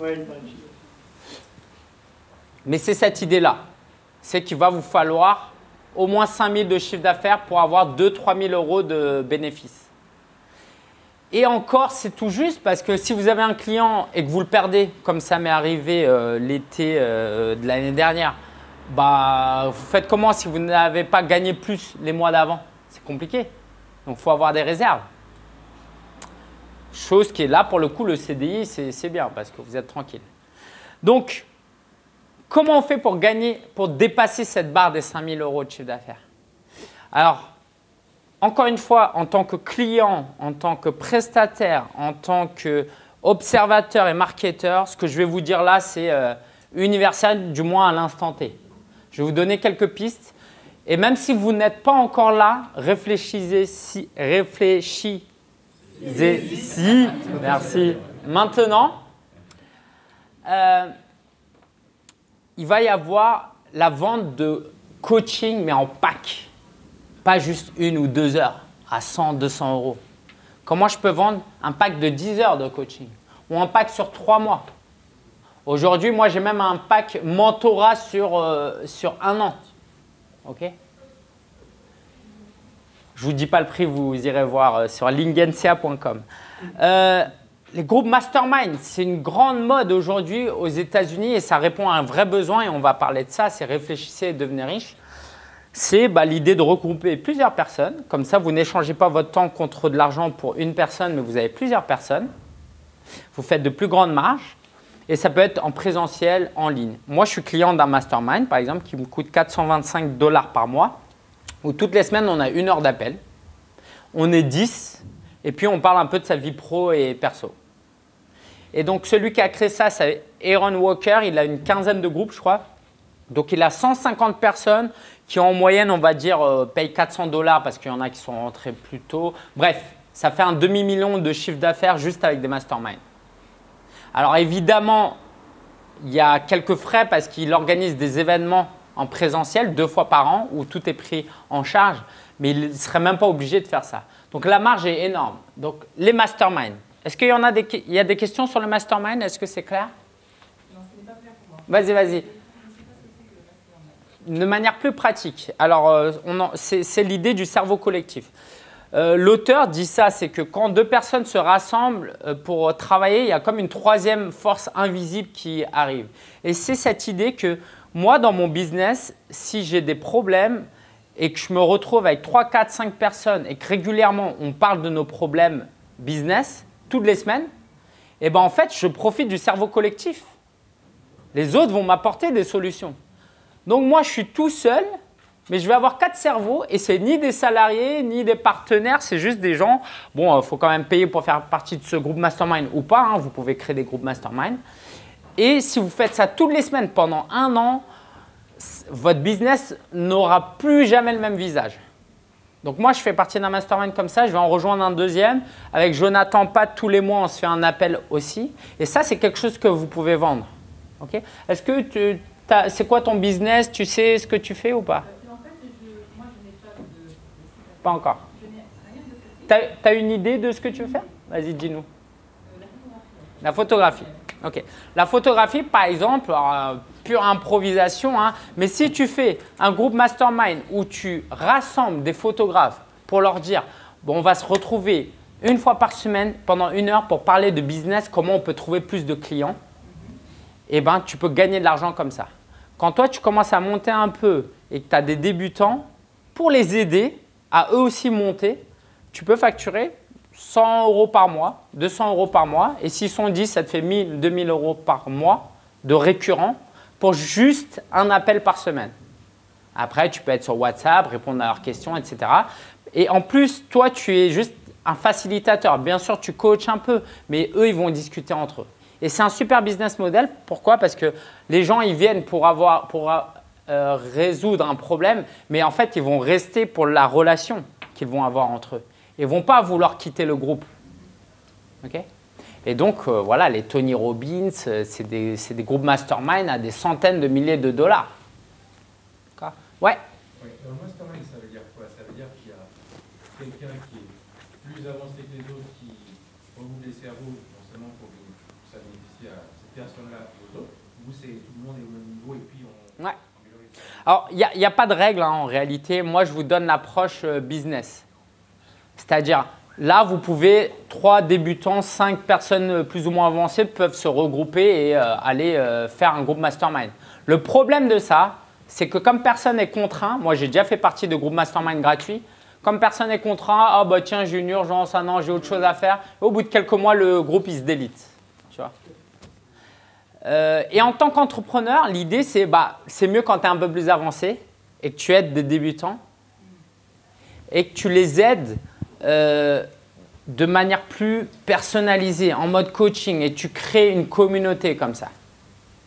Mais c'est cette idée-là. C'est qu'il va vous falloir au moins 5 000 de chiffre d'affaires pour avoir 2-3 000 euros de bénéfices. Et encore, c'est tout juste parce que si vous avez un client et que vous le perdez, comme ça m'est arrivé l'été de l'année dernière, bah, vous faites comment si vous n'avez pas gagné plus les mois d'avant? C'est compliqué. Donc, il faut avoir des réserves. Chose qui est là, pour le coup, le CDI, c'est bien parce que vous êtes tranquille. Donc, comment on fait pour gagner, pour dépasser cette barre des 5 000 euros de chiffre d'affaires? Alors, encore une fois, en tant que client, en tant que prestataire, en tant qu'observateur et marketeur, ce que je vais vous dire là, c'est universel, du moins à l'instant T. Je vais vous donner quelques pistes. Et même si vous n'êtes pas encore là, réfléchissez si. Merci. Maintenant, il va y avoir la vente de coaching, mais en pack. Pas juste 1 ou 2 heures à 100, 200 euros. Comment je peux vendre un pack de 10 heures de coaching ou un pack sur 3 mois? Aujourd'hui, moi, j'ai même un pack mentorat sur 1 an. OK? Je ne vous dis pas le prix, vous irez voir sur lingensia.com. Les groupes mastermind, c'est une grande mode aujourd'hui aux États-Unis et ça répond à un vrai besoin et on va parler de ça, c'est réfléchissez et devenez riche. C'est l'idée de regrouper plusieurs personnes. Comme ça, vous n'échangez pas votre temps contre de l'argent pour une personne, mais vous avez plusieurs personnes. Vous faites de plus grandes marges et ça peut être en présentiel, en ligne. Moi, je suis client d'un mastermind, par exemple, qui me coûte 425 $ par mois, où toutes les semaines, on a 1 heure d'appel. On est 10 et puis on parle un peu de sa vie pro et perso. Et donc, celui qui a créé ça, c'est Aaron Walker. Il a une 15aine de groupes, je crois. Donc, il a 150 personnes qui, en moyenne, on va dire, payent 400 $ parce qu'il y en a qui sont rentrés plus tôt. Bref, ça fait un demi-million de chiffre d'affaires juste avec des masterminds. Alors, évidemment, il y a quelques frais parce qu'il organise des événements en présentiel 2 fois par an où tout est pris en charge, mais il ne serait même pas obligé de faire ça. Donc, la marge est énorme. Donc, les masterminds. Est-ce qu'il y en a il y a des questions sur le mastermind? Est-ce que c'est clair? Non, ce n'est pas clair pour moi. Vas-y. De manière plus pratique. Alors, c'est l'idée du cerveau collectif. L'auteur dit ça, c'est que quand 2 personnes se rassemblent pour travailler, il y a comme une 3e force invisible qui arrive. Et c'est cette idée que moi, dans mon business, si j'ai des problèmes et que je me retrouve avec 3, 4, 5 personnes et que régulièrement, on parle de nos problèmes business, toutes les semaines, et ben en fait, je profite du cerveau collectif. Les autres vont m'apporter des solutions. Donc moi, je suis tout seul, mais je vais avoir 4 cerveaux et c'est ni des salariés, ni des partenaires, c'est juste des gens. Bon, il faut quand même payer pour faire partie de ce groupe mastermind ou pas, hein, vous pouvez créer des groupes mastermind. Et si vous faites ça toutes les semaines pendant 1 an, votre business n'aura plus jamais le même visage. Donc moi, je fais partie d'un mastermind comme ça, je vais en rejoindre un 2e. Avec Jonathan Pat, tous les mois, on se fait un appel aussi. Et ça, c'est quelque chose que vous pouvez vendre. Okay? Est-ce que c'est quoi ton business? Tu sais ce que tu fais ou pas? En fait, moi, je n'ai pas de… Pas encore. Je n'ai rien de ce type. Tu as une idée de ce que tu veux faire? Vas-y, dis-nous. La photographie. OK. La photographie, par exemple, pure improvisation, hein, mais si tu fais un groupe mastermind où tu rassembles des photographes pour leur dire bon, on va se retrouver 1 fois par semaine pendant 1 heure pour parler de business, comment on peut trouver plus de clients, eh ben, tu peux gagner de l'argent comme ça. Quand toi, tu commences à monter un peu et que tu as des débutants, pour les aider à eux aussi monter, tu peux facturer 100 euros par mois, 200 euros par mois. Et s'ils sont 10, ça te fait 1000, 2000 euros par mois de récurrent pour juste un appel par semaine. Après, tu peux être sur WhatsApp, répondre à leurs questions, etc. Et en plus, toi, tu es juste un facilitateur. Bien sûr, tu coaches un peu, mais eux, ils vont discuter entre eux. Et c'est un super business model. Pourquoi? Parce que les gens, ils viennent pour résoudre un problème, mais en fait, ils vont rester pour la relation qu'ils vont avoir entre eux. Ils ne vont pas vouloir quitter le groupe. Okay? Et donc, voilà, les Tony Robbins, c'est des groupes mastermind à des centaines de milliers de dollars. D'accord? Ouais. Un mastermind, ça veut dire quoi? Ça veut dire qu'il y a quelqu'un qui est plus avancé que les autres, qui regroupe les cerveaux, non seulement pour que ça bénéficie à cette personne-là et aux autres, ou c'est tout le monde est au même niveau et puis on… Ouais. Alors, il n'y a pas de règle en réalité. Moi, je vous donne l'approche business. C'est-à-dire, là, vous pouvez, 3 débutants, 5 personnes plus ou moins avancées peuvent se regrouper et aller faire un groupe mastermind. Le problème de ça, c'est que comme personne n'est contraint, moi j'ai déjà fait partie de groupes mastermind gratuits, comme personne n'est contraint, ah bah tiens, j'ai une urgence, ah non, j'ai autre chose à faire. Et au bout de quelques mois, le groupe il se délite. Tu vois. Et en tant qu'entrepreneur, l'idée c'est mieux quand tu es un peu plus avancé et que tu aides des débutants et que tu les aides de manière plus personnalisée, en mode coaching, et tu crées une communauté comme ça. D'accord ?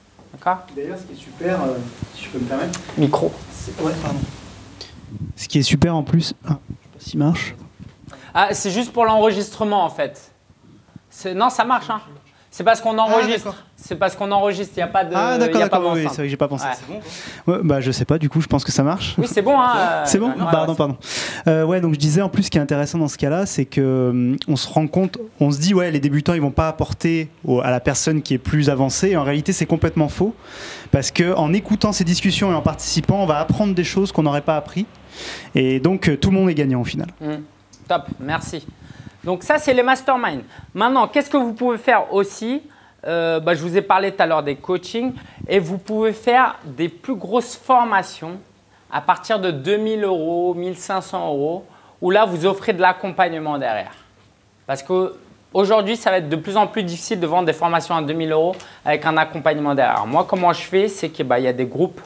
D'ailleurs, ce qui est super, si je peux me permettre… Micro. Ouais, pardon. Ce qui est super en plus… Ah, je ne sais pas s'il marche. Ah, c'est juste pour l'enregistrement en fait. Non, ça marche. Hein. C'est parce qu'on enregistre. C'est parce qu'on enregistre. Il n'y a pas de. Ah d'accord, d'accord. Oui, c'est vrai que j'ai pas pensé. Ouais. C'est bon. Ouais, bah je sais pas. Du coup, je pense que ça marche. Oui, c'est bon. Hein, c'est bon. Pardon. Ouais, donc je disais en plus, ce qui est intéressant dans ce cas-là, c'est que on se rend compte, on se dit ouais, les débutants, ils vont pas apporter à la personne qui est plus avancée. Et en réalité, c'est complètement faux, parce que en écoutant ces discussions et en participant, on va apprendre des choses qu'on n'aurait pas appris. Et donc tout le monde est gagnant au final. Top, merci. Donc ça, c'est les masterminds. Maintenant, qu'est-ce que vous pouvez faire aussi? Je vous ai parlé tout à l'heure des coachings et vous pouvez faire des plus grosses formations à partir de 2000 euros, 1500 euros, où là, vous offrez de l'accompagnement derrière. Parce qu'aujourd'hui, ça va être de plus en plus difficile de vendre des formations à 2000 euros avec un accompagnement derrière. Moi, comment je fais, c'est qu'il y a des groupes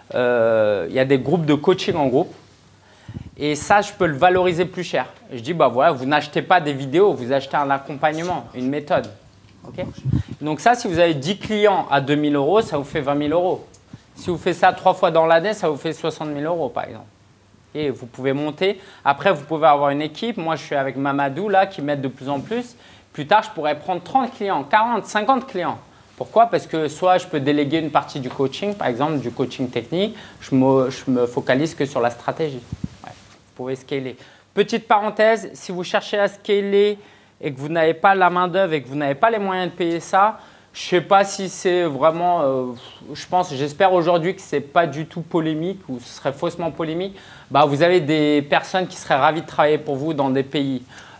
de coaching en groupe. Et ça, je peux le valoriser plus cher. Je dis, voilà, vous n'achetez pas des vidéos, vous achetez un accompagnement, une méthode. Okay. Donc ça, si vous avez 10 clients à 2000 euros, ça vous fait 20 000 euros. Si vous faites ça 3 fois dans l'année, ça vous fait 60 000 euros, par exemple. Et vous pouvez monter. Après, vous pouvez avoir une équipe. Moi, je suis avec Mamadou, là, qui m'aide de plus en plus. Plus tard, je pourrais prendre 30 clients, 40, 50 clients. Pourquoi? Parce que soit je peux déléguer une partie du coaching, par exemple, du coaching technique. Je me focalise que sur la stratégie. Vous pouvez scaler. Petite parenthèse, si vous cherchez à scaler et que vous n'avez pas la main-d'œuvre et que vous n'avez pas les moyens de payer ça, je ne sais pas si c'est vraiment, j'espère aujourd'hui que ce n'est pas du tout polémique ou ce serait faussement polémique. Vous avez des personnes qui seraient ravies de travailler pour vous dans des pays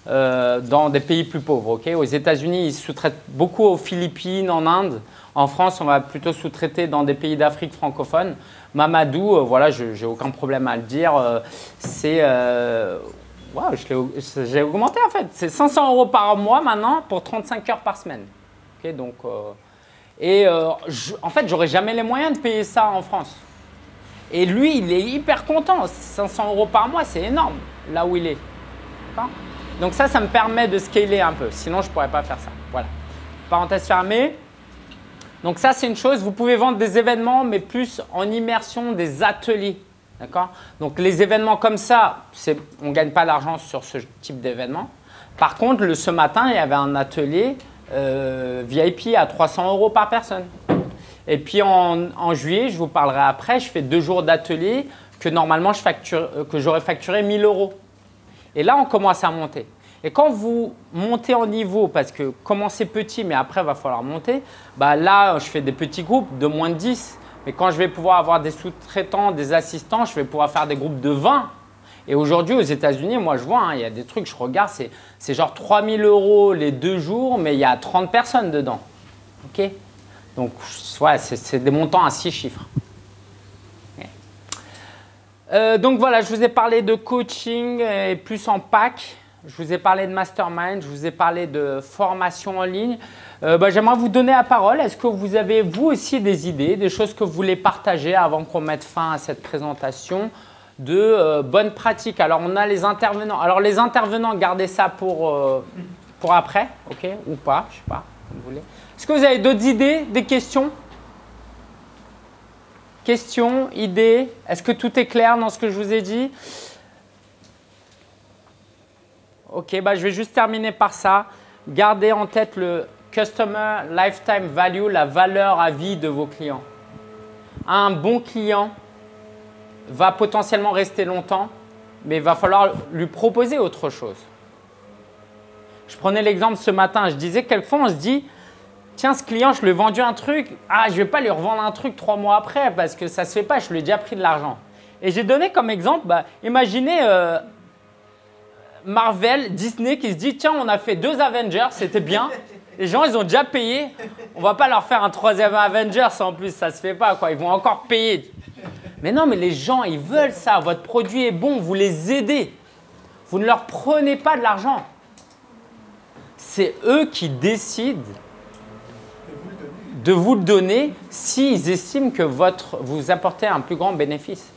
plus pauvres. Okay? Aux États-Unis, ils sous-traitent beaucoup aux Philippines, en Inde. En France, on va plutôt sous-traiter dans des pays d'Afrique francophone. Mamadou, voilà, je n'ai aucun problème à le dire. J'ai augmenté en fait. C'est 500 euros par mois maintenant pour 35 heures par semaine. Okay, donc, en fait, j'aurais jamais les moyens de payer ça en France. Et lui, il est hyper content. 500 euros par mois, c'est énorme là où il est. Donc ça me permet de scaler un peu. Sinon, je ne pourrais pas faire ça. Voilà. Parenthèse fermée. Donc ça, c'est une chose. Vous pouvez vendre des événements, mais plus en immersion, des ateliers. D'accord? Donc les événements comme ça, on ne gagne pas d'argent sur ce type d'événement. Par contre, ce matin, il y avait un atelier VIP à 300 euros par personne. Et puis en juillet, je vous parlerai après, je fais 2 jours d'atelier que normalement que j'aurais facturé 1000 euros. Et là, on commence à monter. Et quand vous montez en niveau, parce que commencez petit, mais après, il va falloir monter, là, je fais des petits groupes de moins de 10. Mais quand je vais pouvoir avoir des sous-traitants, des assistants, je vais pouvoir faire des groupes de 20. Et aujourd'hui, aux États-Unis, moi, je vois, il y a des trucs, je regarde, c'est genre 3000 euros les 2 jours, mais il y a 30 personnes dedans. OK? Donc, ouais, c'est des montants à 6 chiffres. Donc voilà, je vous ai parlé de coaching et plus en pack. Je vous ai parlé de mastermind, je vous ai parlé de formation en ligne. J'aimerais vous donner la parole. Est-ce que vous avez, vous aussi, des idées, des choses que vous voulez partager avant qu'on mette fin à cette présentation de bonnes pratiques? Alors, on a les intervenants. Alors, les intervenants, gardez ça pour après, ok? Ou pas, je ne sais pas, comme vous voulez. Est-ce que vous avez d'autres idées, des questions? Questions, idées? Est-ce que tout est clair dans ce que je vous ai dit? Ok, je vais juste terminer par ça. Gardez en tête le Customer Lifetime Value, la valeur à vie de vos clients. Un bon client va potentiellement rester longtemps, mais il va falloir lui proposer autre chose. Je prenais l'exemple ce matin, je disais quelquefois on se dit tiens, ce client, je lui ai vendu un truc, je ne vais pas lui revendre un truc 3 mois après parce que ça ne se fait pas, je lui ai déjà pris de l'argent. Et j'ai donné comme exemple, imaginez Marvel, Disney qui se dit tiens, on a fait 2 Avengers, c'était bien. Les gens, ils ont déjà payé. On ne va pas leur faire un 3e Avengers en plus, ça ne se fait pas, quoi. Ils vont encore payer. Mais non, mais les gens, ils veulent ça. Votre produit est bon, vous les aidez. Vous ne leur prenez pas de l'argent. C'est eux qui décident de vous le donner s'ils estiment que vous apportez un plus grand bénéfice.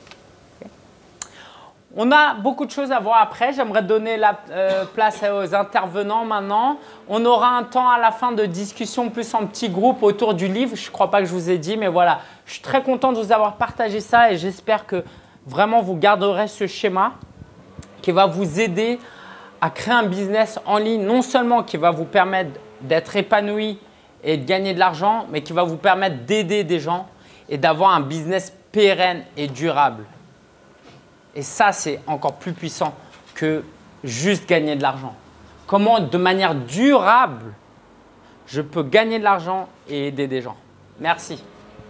On a beaucoup de choses à voir après. J'aimerais donner la place aux intervenants maintenant. On aura un temps à la fin de discussion plus en petits groupes autour du livre. Je ne crois pas que je vous ai dit, mais voilà. Je suis très content de vous avoir partagé ça et j'espère que vraiment vous garderez ce schéma qui va vous aider à créer un business en ligne, non seulement qui va vous permettre d'être épanoui et de gagner de l'argent, mais qui va vous permettre d'aider des gens et d'avoir un business pérenne et durable. Et ça, c'est encore plus puissant que juste gagner de l'argent. Comment, de manière durable, je peux gagner de l'argent et aider des gens. Merci.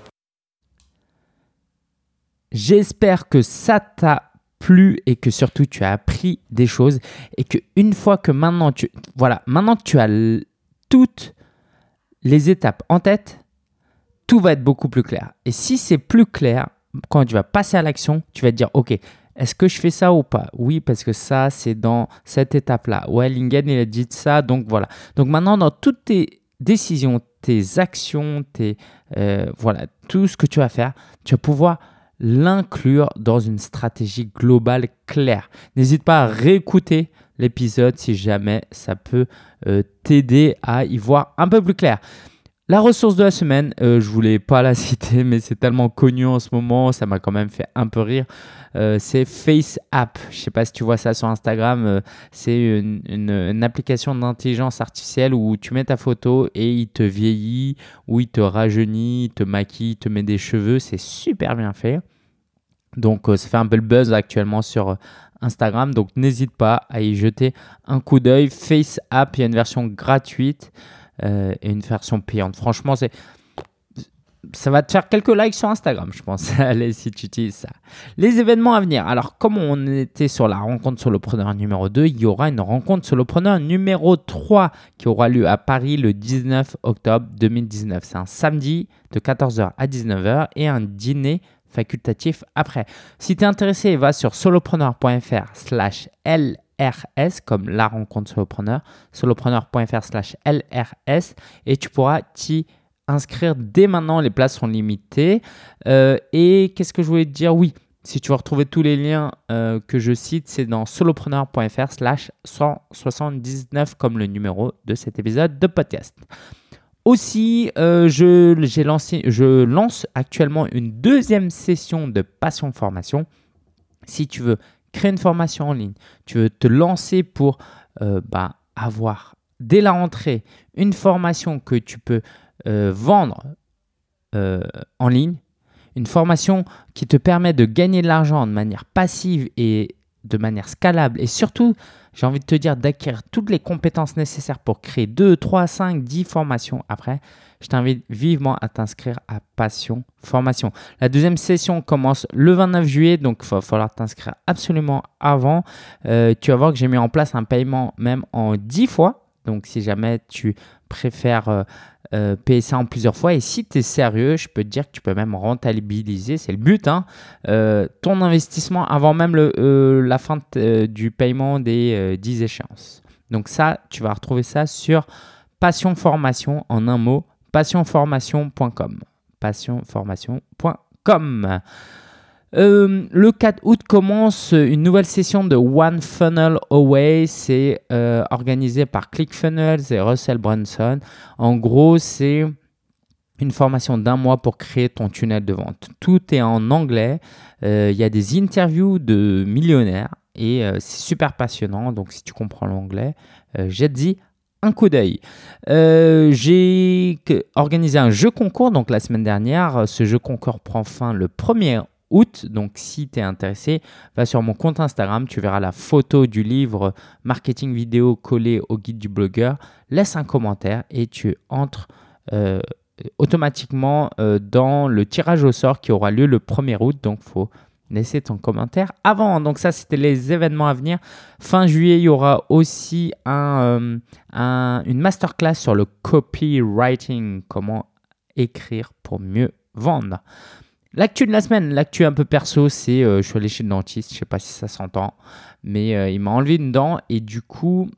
J'espère que ça t'a plu et que surtout tu as appris des choses et qu'une fois que maintenant que tu as toutes les étapes en tête, tout va être beaucoup plus clair. Et si c'est plus clair, quand tu vas passer à l'action, tu vas te dire ok, est-ce que je fais ça ou pas? Oui, parce que ça, c'est dans cette étape-là. Ouais, Lingen, il a dit ça, donc voilà. Donc maintenant, dans toutes tes décisions, tes actions, tout ce que tu vas faire, tu vas pouvoir l'inclure dans une stratégie globale claire. N'hésite pas à réécouter l'épisode si jamais ça peut t'aider à y voir un peu plus clair. La ressource de la semaine, je ne voulais pas la citer, mais c'est tellement connu en ce moment, ça m'a quand même fait un peu rire. C'est FaceApp. Je ne sais pas si tu vois ça sur Instagram. C'est une application d'intelligence artificielle où tu mets ta photo et il te vieillit, ou il te rajeunit, il te maquille, il te met des cheveux. C'est super bien fait. Donc, ça fait un peu le buzz actuellement sur Instagram. Donc, n'hésite pas à y jeter un coup d'œil. FaceApp, il y a une version gratuite. Et une version payante. Franchement, ça va te faire quelques likes sur Instagram, je pense. Allez, si tu utilises ça. Les événements à venir. Alors, comme on était sur la rencontre solopreneur numéro 2, il y aura une rencontre solopreneur numéro 3 qui aura lieu à Paris le 19 octobre 2019. C'est un samedi de 14h à 19h et un dîner facultatif après. Si tu es intéressé, va sur solopreneur.fr/LRS comme la rencontre solopreneur, solopreneur.fr/LRS et tu pourras t'y inscrire dès maintenant. Les places sont limitées. Et qu'est-ce que je voulais te dire? Oui, si tu veux retrouver tous les liens que je cite, c'est dans solopreneur.fr/179 comme le numéro de cet épisode de podcast. Aussi, je lance actuellement une 2e session de Passion Formation. Si tu veux créer une formation en ligne, tu veux te lancer pour avoir dès la rentrée une formation que tu peux vendre en ligne, une formation qui te permet de gagner de l'argent de manière passive et de manière scalable et surtout, j'ai envie de te dire d'acquérir toutes les compétences nécessaires pour créer 2, 3, 5, 10 formations après, je t'invite vivement à t'inscrire à Passion Formation. La 2e session commence le 29 juillet, donc il va falloir t'inscrire absolument avant. Tu vas voir que j'ai mis en place un paiement même en 10 fois. Donc, si jamais tu préfèrent payer ça en plusieurs fois. Et si tu es sérieux, je peux te dire que tu peux même rentabiliser, c'est le but, hein, ton investissement avant même la fin du paiement des 10 échéances. Donc ça, tu vas retrouver ça sur Passion Formation, en un mot, passionformation.com. Passionformation.com. Le 4 août commence une nouvelle session de One Funnel Away. C'est organisé par ClickFunnels et Russell Brunson. En gros, c'est une formation d'1 mois pour créer ton tunnel de vente. Tout est en anglais. Il y a des interviews de millionnaires et c'est super passionnant. Donc, si tu comprends l'anglais, jette-y un coup d'œil. J'ai organisé un jeu concours donc la semaine dernière. Ce jeu concours prend fin le 1er août. Donc, si tu es intéressé, va sur mon compte Instagram. Tu verras la photo du livre Marketing Vidéo collé au guide du blogueur. Laisse un commentaire et tu entres automatiquement dans le tirage au sort qui aura lieu le 1er août. Donc, il faut laisser ton commentaire avant. Donc, ça, c'était les événements à venir. Fin juillet, il y aura aussi une masterclass sur le copywriting, comment écrire pour mieux vendre. L'actu de la semaine, l'actu un peu perso, c'est je suis allé chez le dentiste, je ne sais pas si ça s'entend, mais il m'a enlevé une dent et du coup,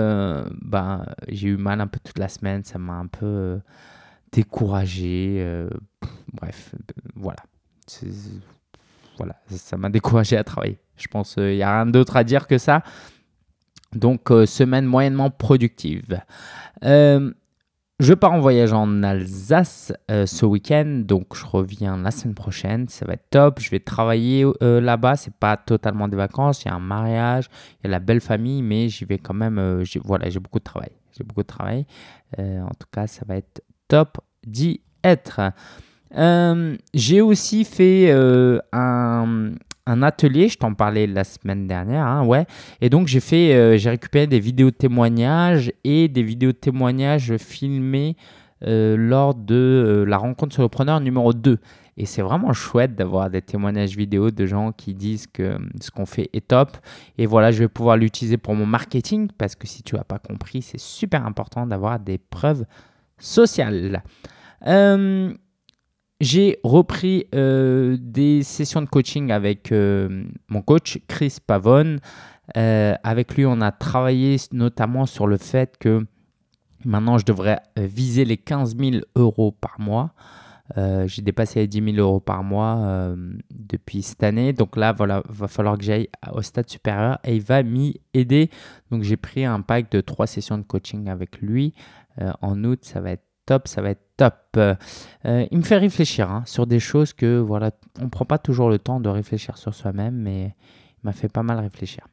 j'ai eu mal un peu toute la semaine, ça m'a un peu découragé. Bref, voilà. Voilà, ça m'a découragé à travailler. Je pense qu'il n'y a rien d'autre à dire que ça. Donc, semaine moyennement productive. Je pars en voyage en Alsace ce week-end, donc je reviens la semaine prochaine. Ça va être top. Je vais travailler là-bas. C'est pas totalement des vacances. Il y a un mariage, il y a la belle famille, mais j'y vais quand même. J'ai beaucoup de travail. En tout cas, ça va être top d'y être. J'ai aussi fait un atelier, je t'en parlais la semaine dernière, hein, ouais. Et donc j'ai récupéré des vidéos de témoignages et des vidéos de témoignages filmées lors de la rencontre solopreneur numéro 2. Et c'est vraiment chouette d'avoir des témoignages vidéo de gens qui disent que ce qu'on fait est top. Et voilà, je vais pouvoir l'utiliser pour mon marketing parce que si tu n'as pas compris, c'est super important d'avoir des preuves sociales. J'ai repris des sessions de coaching avec mon coach Chris Pavone. Avec lui, on a travaillé notamment sur le fait que maintenant, je devrais viser les 15 000 euros par mois. J'ai dépassé les 10 000 euros par mois depuis cette année. Donc là, voilà, va falloir que j'aille au stade supérieur et il va m'y aider. Donc, j'ai pris un pack de 3 sessions de coaching avec lui. En août, ça va être top, ça va être top. Il me fait réfléchir sur des choses que, voilà, on ne prend pas toujours le temps de réfléchir sur soi-même, mais il m'a fait pas mal réfléchir.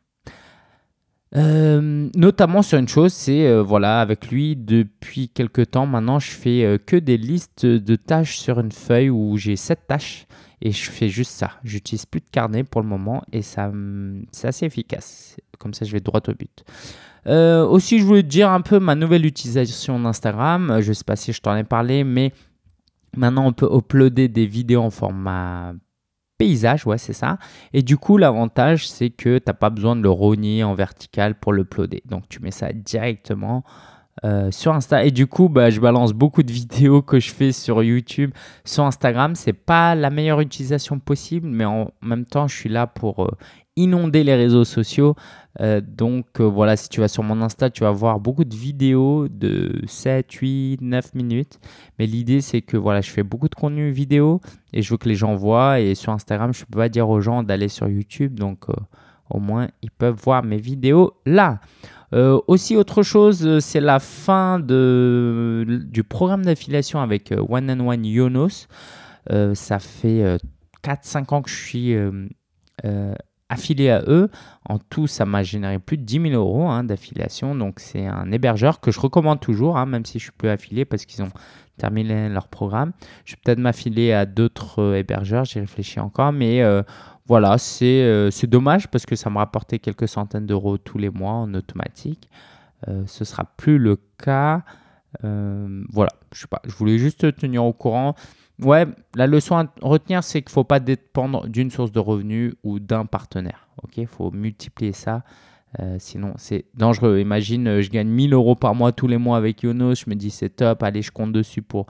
Notamment sur une chose, c'est, voilà, avec lui, depuis quelques temps, maintenant, je fais que des listes de tâches sur une feuille où j'ai 7 tâches et je fais juste ça. J'utilise plus de carnet pour le moment et c'est assez efficace. Comme ça, je vais droit au but. Aussi, je voulais te dire un peu ma nouvelle utilisation d'Instagram. Je ne sais pas si je t'en ai parlé, mais maintenant, on peut uploader des vidéos en format paysage, ouais, c'est ça. Et du coup, l'avantage, c'est que tu n'as pas besoin de le rogner en vertical pour l'uploader. Donc, tu mets ça directement sur Insta. Et du coup, je balance beaucoup de vidéos que je fais sur YouTube, sur Instagram. Ce n'est pas la meilleure utilisation possible, mais en même temps, je suis là pour inonder les réseaux sociaux. Voilà, si tu vas sur mon Insta, tu vas voir beaucoup de vidéos de 7, 8, 9 minutes. Mais l'idée, c'est que voilà, je fais beaucoup de contenu vidéo et je veux que les gens voient. Et sur Instagram, je ne peux pas dire aux gens d'aller sur YouTube. Donc, au moins, ils peuvent voir mes vidéos là. Aussi, autre chose, c'est la fin du programme d'affiliation avec One and One Yonos. Ça fait 4-5 ans que je suis affilié à eux. En tout, ça m'a généré plus de 10 000 euros d'affiliation. Donc, c'est un hébergeur que je recommande toujours, même si je suis plus affilié parce qu'ils ont terminé leur programme. Je vais peut-être m'affilier à d'autres hébergeurs. J'y réfléchis encore. Mais voilà, c'est dommage parce que ça me rapportait quelques centaines d'euros tous les mois en automatique. Ce ne sera plus le cas. Voilà, je sais pas. Je voulais juste te tenir au courant. Ouais, la leçon à retenir, c'est qu'il ne faut pas dépendre d'une source de revenus ou d'un partenaire. Il faut multiplier ça. Sinon, c'est dangereux. Imagine, je gagne 1 000 € par mois tous les mois avec Yonos. Je me dis, c'est top. Allez, je compte dessus pour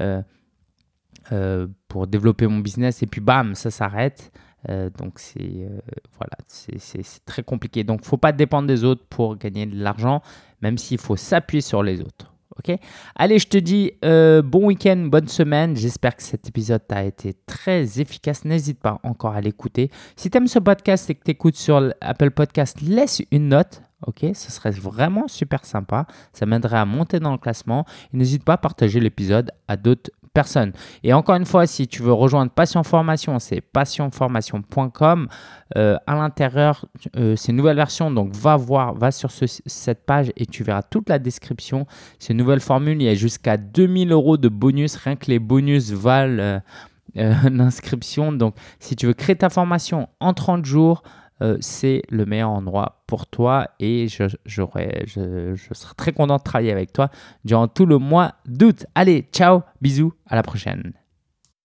développer mon business. Et puis, bam, ça s'arrête. Donc, c'est très compliqué. Donc, il ne faut pas dépendre des autres pour gagner de l'argent, même s'il faut s'appuyer sur les autres. Ok. Allez, je te dis bon week-end, bonne semaine. J'espère que cet épisode t'a été très efficace. N'hésite pas encore à l'écouter. Si tu aimes ce podcast et que tu écoutes sur Apple Podcast, laisse une note. Ok, ce serait vraiment super sympa. Ça m'aiderait à monter dans le classement. Et n'hésite pas à partager l'épisode à d'autres personnes. Et encore une fois, si tu veux rejoindre Passion Formation, c'est passionformation.com. À l'intérieur, c'est une nouvelle version, donc va sur cette page et tu verras toute la description. C'est une nouvelle formule, il y a jusqu'à 2 000 € de bonus, rien que les bonus valent l'inscription. Donc, si tu veux créer ta formation en 30 jours, c'est le meilleur endroit pour toi et je serai très content de travailler avec toi durant tout le mois d'août. Allez, ciao, bisous, à la prochaine.